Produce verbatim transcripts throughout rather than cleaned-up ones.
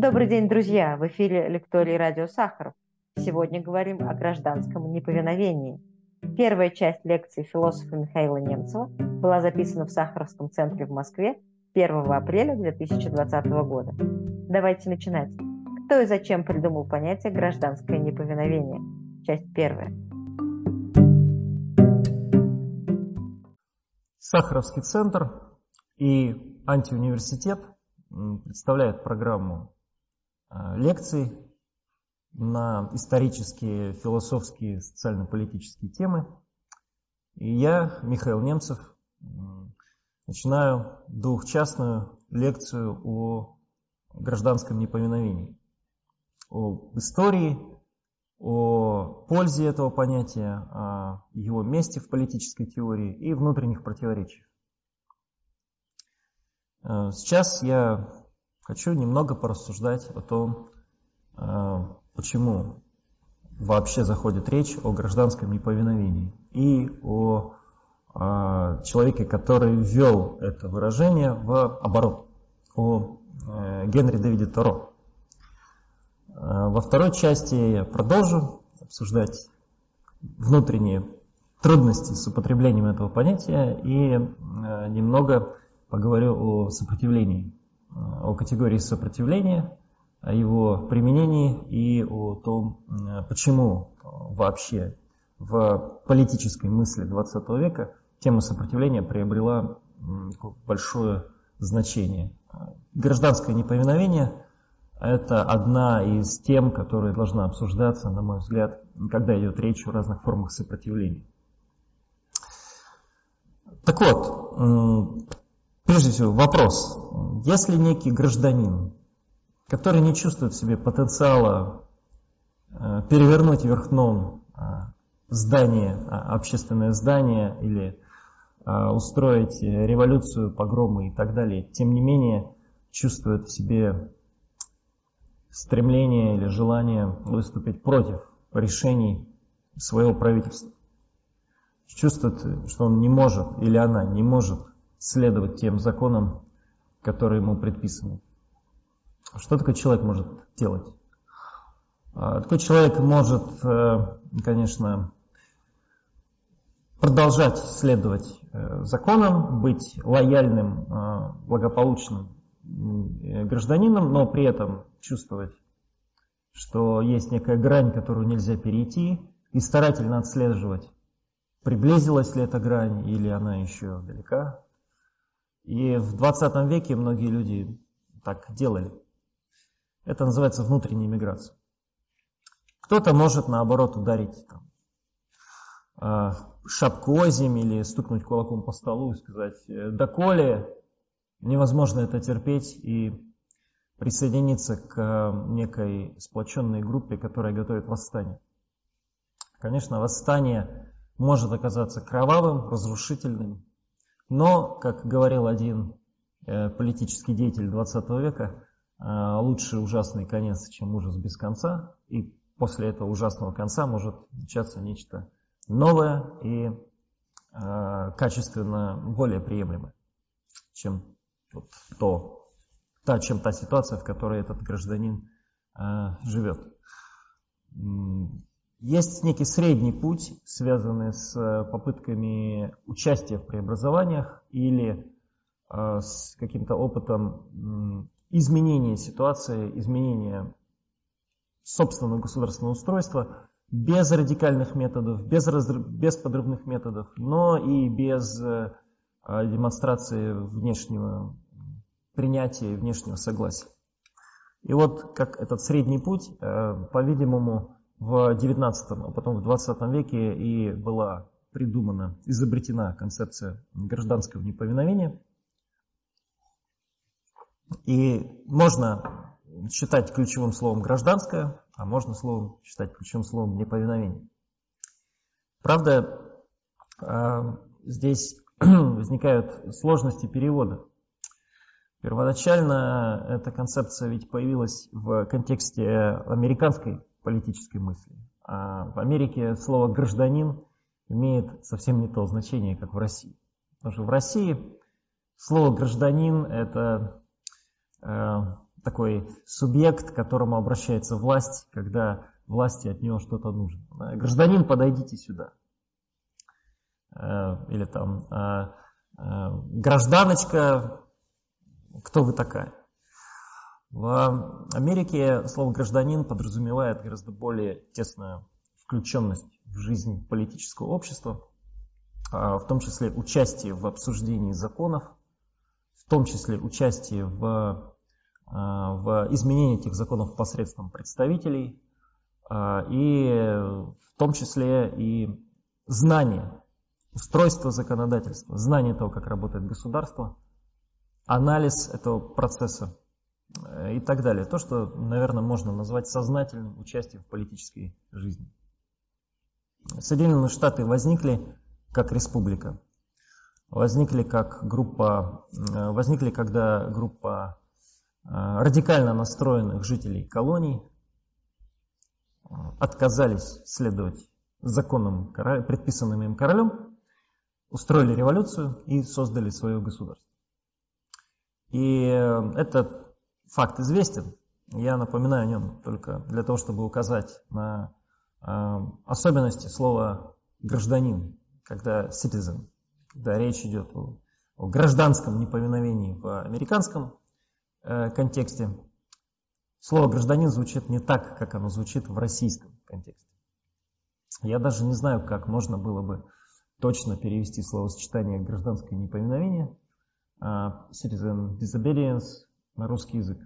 Добрый день, друзья! В эфире лекторий радио Сахаров. Сегодня говорим о гражданском неповиновении. Первая часть лекции философа Михаила Немцева была записана в Сахаровском центре в Москве первого апреля две тысячи двадцатого года. Давайте начинать. Кто и зачем придумал понятие гражданское неповиновение? Часть первая. Сахаровский центр и антиуниверситет представляют программу лекций на исторические, философские, социально-политические темы. И я, Михаил Немцев, начинаю двухчастную лекцию о гражданском неповиновении, об истории, о пользе этого понятия, о его месте в политической теории и внутренних противоречиях. Сейчас я хочу немного порассуждать о том, почему вообще заходит речь о гражданском неповиновении и о человеке, который ввел это выражение в оборот, о Генри Дэвиде Торо. Во второй части я продолжу обсуждать внутренние трудности с употреблением этого понятия и немного поговорю о сопротивлении, о категории сопротивления, о его применении и о том, почему вообще в политической мысли двадцатого века тема сопротивления приобрела большое значение. Гражданское неповиновение – это одна из тем, которая должна обсуждаться, на мой взгляд, когда идет речь о разных формах сопротивления. Так вот, прежде всего вопрос. Если некий гражданин, который не чувствует в себе потенциала перевернуть вверх дном здание, общественное здание или устроить революцию, погромы и так далее, тем не менее чувствует в себе стремление или желание выступить против решений своего правительства, чувствует, что он не может или она не может следовать тем законам, которые ему предписаны. Что такой человек может делать? Такой человек может, конечно, продолжать следовать законам, быть лояльным, благополучным гражданином, но при этом чувствовать, что есть некая грань, которую нельзя перейти, и старательно отслеживать, приблизилась ли эта грань или она еще далека. И в двадцатом веке многие люди так делали. Это называется внутренняя миграция. Кто-то может, наоборот, ударить там, шапку озимь или стукнуть кулаком по столу и сказать: «Доколе невозможно это терпеть», и присоединиться к некой сплоченной группе, которая готовит восстание. Конечно, восстание может оказаться кровавым, разрушительным, но, как говорил один политический деятель двадцатого века, лучше ужасный конец, чем ужас без конца, и после этого ужасного конца может начаться нечто новое и качественно более приемлемое, чем вот то, та, чем та ситуация, в которой этот гражданин живет. Есть некий средний путь, связанный с попытками участия в преобразованиях или с каким-то опытом изменения ситуации, изменения собственного государственного устройства без радикальных методов, без, разрыв, без подрывных методов, но и без демонстрации внешнего принятия и внешнего согласия. И вот как этот средний путь, по-видимому, в девятнадцатом, а потом в двадцатом веке и была придумана, изобретена концепция гражданского неповиновения. И можно считать ключевым словом гражданское, а можно словом считать ключевым словом неповиновение. Правда, здесь возникают сложности перевода. Первоначально эта концепция ведь появилась в контексте американской политической мысли. А в Америке слово «гражданин» имеет совсем не то значение, как в России. Потому что в России слово «гражданин» — это э, такой субъект, к которому обращается власть, когда власти от него что-то нужно. Гражданин, подойдите сюда. Или там гражданочка, кто вы такая? В Америке слово гражданин подразумевает гораздо более тесную включенность в жизнь политического общества, в том числе участие в обсуждении законов, в том числе участие в, в изменении этих законов посредством представителей, и в том числе и знание устройства законодательства, знание того, как работает государство, анализ этого процесса и так далее. То, что, наверное, можно назвать сознательным участием в политической жизни. Соединенные Штаты возникли как республика. Возникли как группа, возникли, когда группа радикально настроенных жителей колоний отказались следовать законам, предписанным им королем, устроили революцию и создали свое государство. И этот факт известен. Я напоминаю о нем только для того, чтобы указать на особенности слова «гражданин», когда citizen, когда речь идет о, о гражданском неповиновении в американском э, контексте. Слово «гражданин» звучит не так, как оно звучит в российском контексте. Я даже не знаю, как можно было бы точно перевести словосочетание «гражданское неповиновение», э, citizen disobedience на русский язык.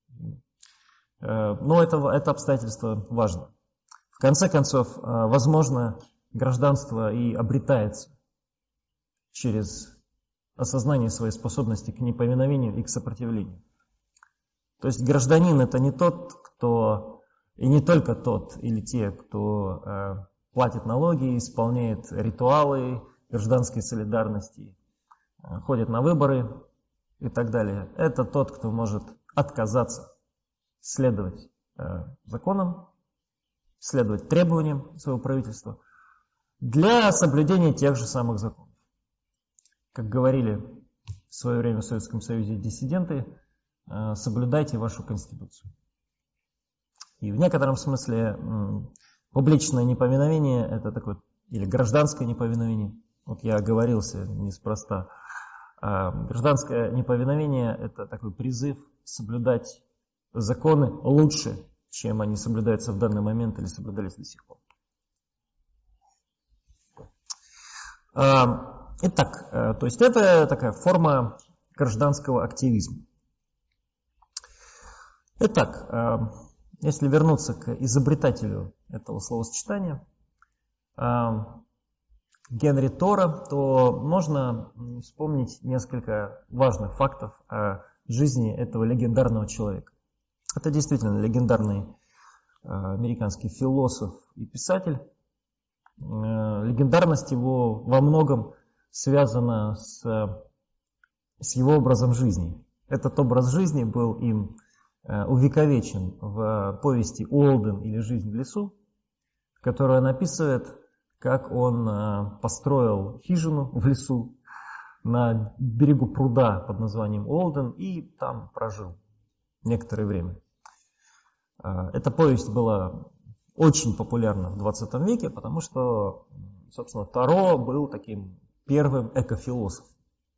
Э, но это, это обстоятельство важно. В конце концов, э, возможно, гражданство и обретается через осознание своей способности к неповиновению и к сопротивлению. То есть гражданин — это не тот, кто, и не только тот или те, кто э, платит налоги, исполняет ритуалы гражданской солидарности, э, ходит на выборы и так далее. Это тот, кто может отказаться следовать э, законам, следовать требованиям своего правительства для соблюдения тех же самых законов. Как говорили в свое время в Советском Союзе диссиденты, соблюдайте вашу Конституцию. И в некотором смысле публичное неповиновение — это такое, или гражданское неповиновение. Вот я оговорился неспроста. Гражданское неповиновение — это такой призыв соблюдать законы лучше, чем они соблюдаются в данный момент или соблюдались до сих пор. Итак, то есть это такая форма гражданского активизма. Итак, если вернуться к изобретателю этого словосочетания, Генри Тора, то можно вспомнить несколько важных фактов о жизни этого легендарного человека. Это действительно легендарный американский философ и писатель. Легендарность его во многом связана с, с его образом жизни. Этот образ жизни был им увековечен в повести «Уолден» или «Жизнь в лесу», которая он описывает, как он построил хижину в лесу на берегу пруда под названием Уолден и там прожил некоторое время. Эта повесть была очень популярна в двадцатом веке, потому что, собственно, Торо был таким первым экофилософом.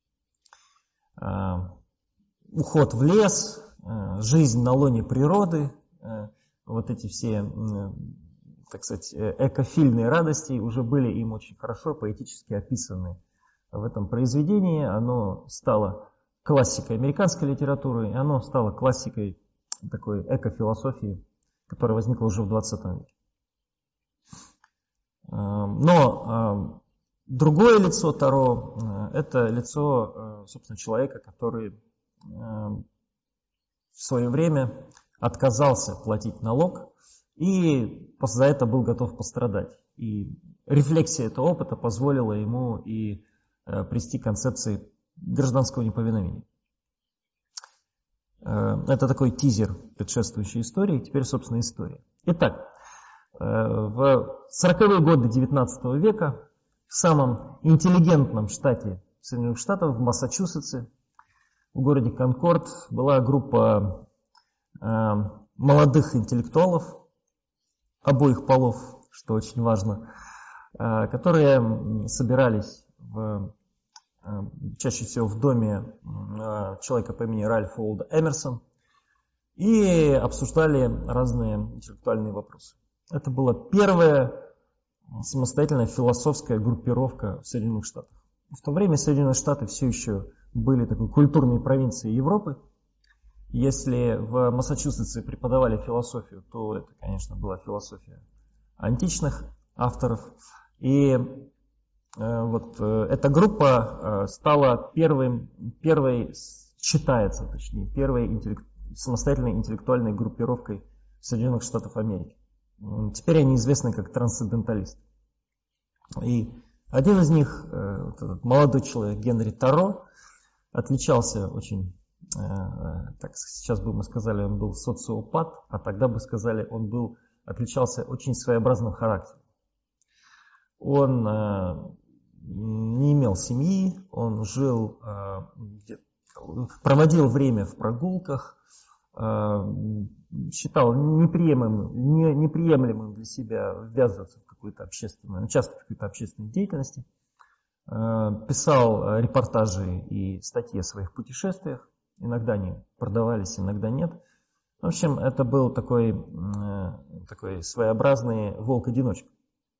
Уход в лес, жизнь на лоне природы, вот эти все, так сказать, экофильные радости уже были им очень хорошо поэтически описаны в этом произведении. Оно стало классикой американской литературы, и оно стало классикой такой экофилософии, которая возникла уже в двадцатом веке. Но другое лицо Торо — это лицо, собственно, человека, который в свое время отказался платить налог и за это был готов пострадать. И рефлексия этого опыта позволила ему и прийти к концепции гражданского неповиновения. Это такой тизер предшествующей истории, теперь, собственно, история. Итак, в сороковые годы девятнадцатого века в самом интеллигентном штате Соединенных Штатов, в Массачусетсе, в городе Конкорд, была группа молодых интеллектуалов обоих полов, что очень важно, которые собирались в, чаще всего в доме человека по имени Ральф Уолдо Эмерсон и обсуждали разные интеллектуальные вопросы. Это была первая самостоятельная философская группировка в Соединенных Штатах. В то время Соединенные Штаты все еще были такой культурной провинцией Европы. Если в Массачусетсе преподавали философию, то это, конечно, была философия античных авторов. И э, вот э, эта группа э, стала первым, первой, считается точнее, первой интеллект, самостоятельной интеллектуальной группировкой Соединенных Штатов Америки. Теперь они известны как трансценденталисты. И один из них, э, вот этот молодой человек Генри Таро, отличался очень... Так сейчас бы мы сказали, он был социопат, а тогда бы сказали, он был, отличался очень своеобразным характером. Он э, не имел семьи, он жил, э, проводил время в прогулках, э, считал неприемлемым, не, неприемлемым для себя ввязываться в какую-то общественную, участвовать в какой-то общественной деятельности, э, писал репортажи и статьи о своих путешествиях. Иногда они продавались, иногда нет. В общем, это был такой, такой своеобразный волк-одиночка.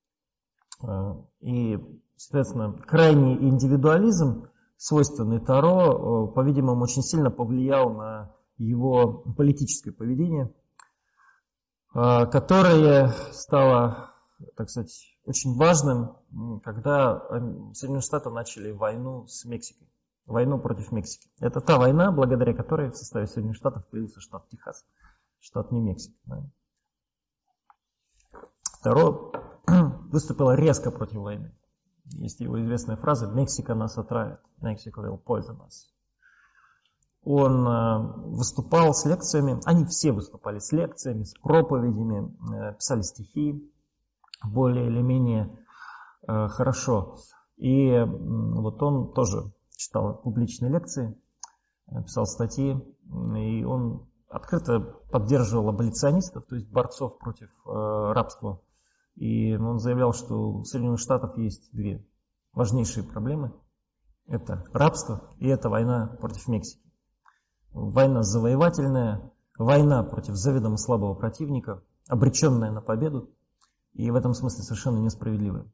И, соответственно, крайний индивидуализм, свойственный Таро, по-видимому, очень сильно повлиял на его политическое поведение, которое стало, так сказать, очень важным, когда Соединенные Штаты начали войну с Мексикой. Войну против Мексики. Это та война, благодаря которой в составе Соединенных Штатов появился штат Техас, штат Нью-Мексико. Да. Таро выступила резко против войны. Есть его известная фраза «Мексика нас отравит», «Mexico will poison us». Он выступал с лекциями, они все выступали с лекциями, с проповедями, писали стихи более или менее хорошо. И вот он тоже читал публичные лекции, писал статьи, и он открыто поддерживал аболиционистов, то есть борцов против э, рабства. И он заявлял, что у Соединенных Штатов есть две важнейшие проблемы. Это рабство и это война против Мексики. Война завоевательная, война против заведомо слабого противника, обреченная на победу, и в этом смысле совершенно несправедливая.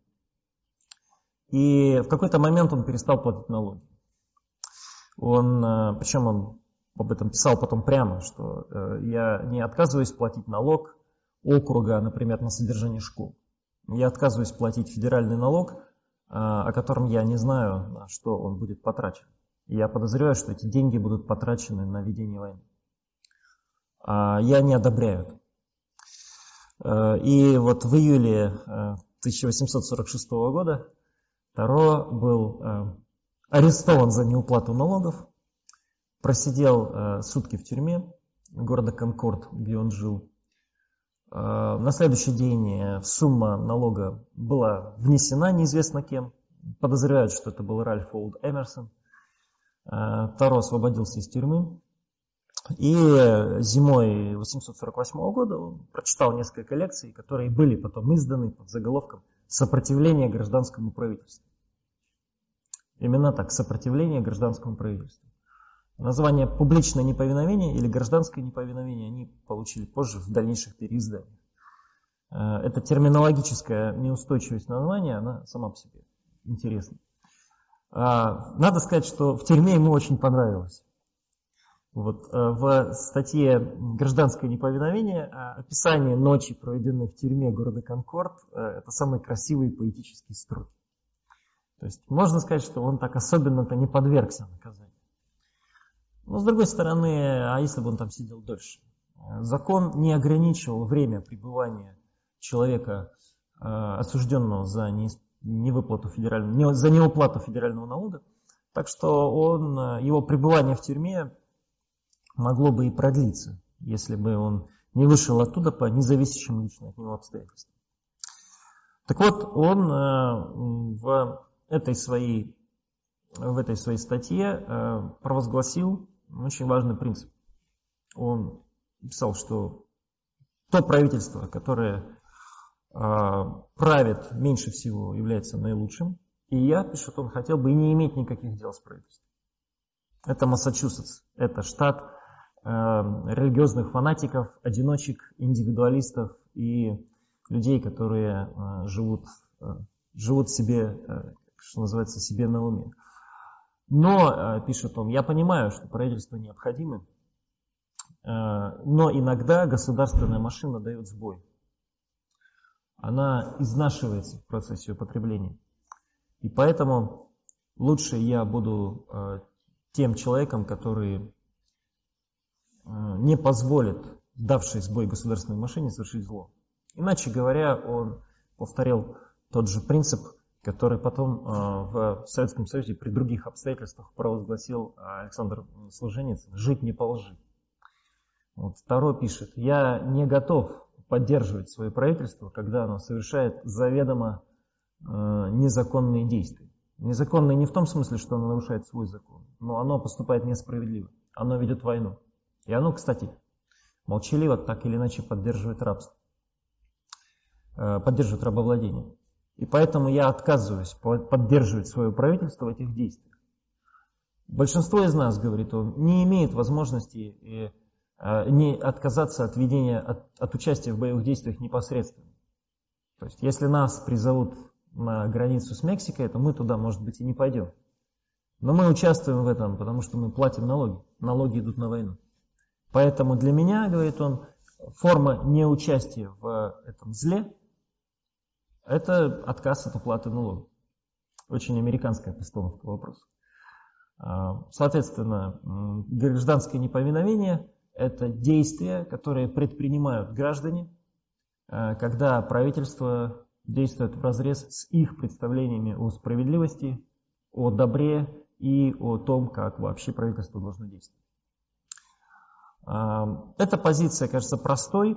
И в какой-то момент он перестал платить налоги. Он, причем он об этом писал потом прямо, что я не отказываюсь платить налог округа, например, на содержание школ. Я отказываюсь платить федеральный налог, о котором я не знаю, на что он будет потрачен. Я подозреваю, что эти деньги будут потрачены на ведение войны. Я не одобряю это. И вот в июле тысяча восемьсот сорок шестого года Таро был арестован за неуплату налогов, просидел сутки в тюрьме города Конкорд, где он жил. На следующий день сумма налога была внесена неизвестно кем. Подозревают, что это был Ральф Уолдо Эмерсон. Таро освободился из тюрьмы. И зимой восемьсот сорок восьмого года он прочитал несколько лекций, которые были потом изданы под заголовком «Сопротивление гражданскому правительству». Именно так, «Сопротивление гражданскому правительству». Название «Публичное неповиновение» или «Гражданское неповиновение» они получили позже в дальнейших переизданиях. Эта терминологическая неустойчивость названия, она сама по себе интересна. Надо сказать, что в тюрьме ему очень понравилось. Вот, в статье «Гражданское неповиновение» описание ночи, проведенной в тюрьме города Конкорд, это самые красивые поэтические строки. То есть можно сказать, что он так особенно-то не подвергся наказанию. Но с другой стороны, а если бы он там сидел дольше? Закон не ограничивал время пребывания человека, осужденного за невыплату федерального, за неуплату федерального налога. Так что он, его пребывание в тюрьме могло бы и продлиться, если бы он не вышел оттуда по независящим лично от него обстоятельствам. Так вот, он в этой своей, в этой своей статье провозгласил очень важный принцип. Он писал, что то правительство, которое правит меньше всего, является наилучшим. И я, пишет он, хотел бы и не иметь никаких дел с правительством. Это Массачусетс, это штат э, религиозных фанатиков, одиночек, индивидуалистов и людей, которые э, живут, э, живут себе, э, что называется, себе на уме. Но, э, пишет он, я понимаю, что правительство необходимо, э, но иногда государственная машина дает сбой. Она изнашивается в процессе употребления. И поэтому лучше я буду э, тем человеком, который э, не позволит давшей сбой государственной машине совершить зло. Иначе говоря, он повторил тот же принцип, который потом э, в Советском Союзе при других обстоятельствах провозгласил Александр Солженицын: «Жить не по лжи». Вот, второй пишет: «Я не готов поддерживать свое правительство, когда оно совершает заведомо э, незаконные действия». Незаконные не в том смысле, что оно нарушает свой закон, но оно поступает несправедливо. Оно ведет войну. И оно, кстати, молчаливо так или иначе поддерживает рабство, э, поддерживает рабовладение. И поэтому я отказываюсь поддерживать свое правительство в этих действиях. Большинство из нас, говорит он, не имеет возможности э, не отказаться от ведения, от, от участия в боевых действиях непосредственно. То есть, если нас призовут на границу с Мексикой, то мы туда, может быть, и не пойдем. Но мы участвуем в этом, потому что мы платим налоги. Налоги идут на войну. Поэтому для меня, говорит он, форма неучастия в этом зле – это отказ от уплаты налогов. Очень американская постановка вопроса. Соответственно, гражданское неповиновение – это действия, которые предпринимают граждане, когда правительство действует вразрез с их представлениями о справедливости, о добре и о том, как вообще правительство должно действовать. Эта позиция кажется простой,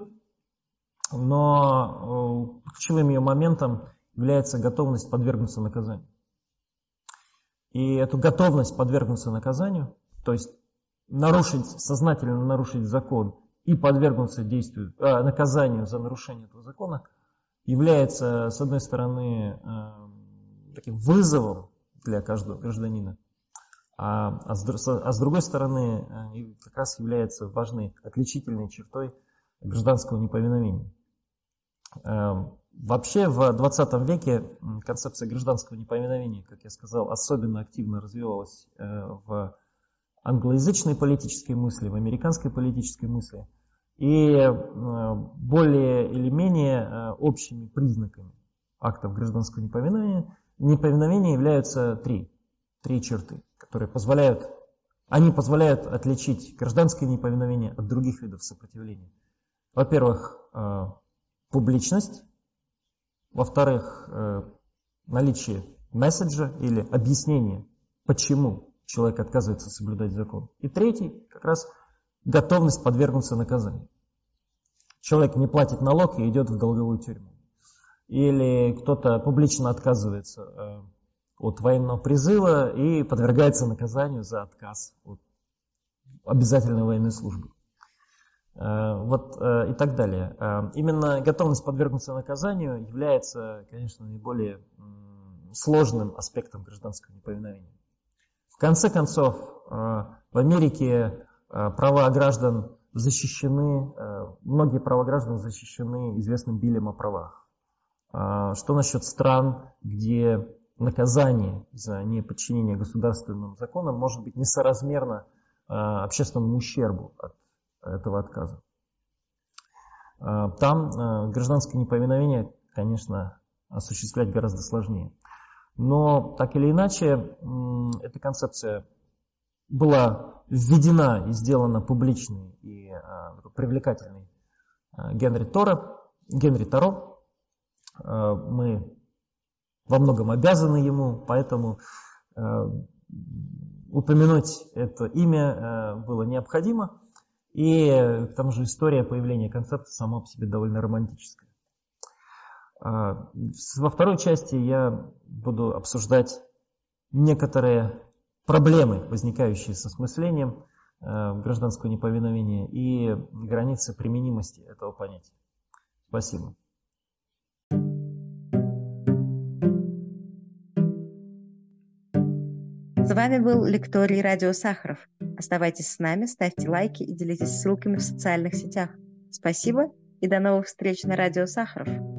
но ключевым ее моментом является готовность подвергнуться наказанию. И эту готовность подвергнуться наказанию, то есть нарушить, сознательно нарушить закон и подвергнуться действию, э, наказанию за нарушение этого закона, является, с одной стороны, э, таким вызовом для каждого гражданина, а, а, с, а с другой стороны, э, как раз является важной отличительной чертой гражданского неповиновения. Э, вообще в двадцатом веке концепция гражданского неповиновения, как я сказал, особенно активно развивалась э, в англоязычной политической мысли, в американской политической мысли. И более или менее общими признаками актов гражданского неповиновения, неповиновения являются три, три черты, которые позволяют, они позволяют отличить гражданское неповиновение от других видов сопротивления. Во-первых, публичность, во-вторых, наличие месседжа или объяснения, почему человек отказывается соблюдать закон. И третий, как раз готовность подвергнуться наказанию. Человек не платит налог и идет в долговую тюрьму. Или кто-то публично отказывается от военного призыва и подвергается наказанию за отказ от обязательной военной службы. Вот и так далее. Именно готовность подвергнуться наказанию является, конечно, наиболее сложным аспектом гражданского неповиновения. В конце концов, в Америке права граждан защищены, многие права граждан защищены известным Биллем о правах. Что насчет стран, где наказание за неподчинение государственным законам может быть несоразмерно общественному ущербу от этого отказа? Там гражданское неповиновение, конечно, осуществлять гораздо сложнее. Но так или иначе, эта концепция была введена и сделана публичной и а, привлекательной а, Генри Торо, Генри Торо. А, мы во многом обязаны ему, поэтому а, упомянуть это имя а, было необходимо. И к тому же история появления концепта сама по себе довольно романтическая. А, во второй части я буду обсуждать некоторые проблемы, возникающие с осмыслением гражданского неповиновения и границы применимости этого понятия. Спасибо. С вами был лекторий Радио Сахаров. Оставайтесь с нами, ставьте лайки и делитесь ссылками в социальных сетях. Спасибо и до новых встреч на Радио Сахаров.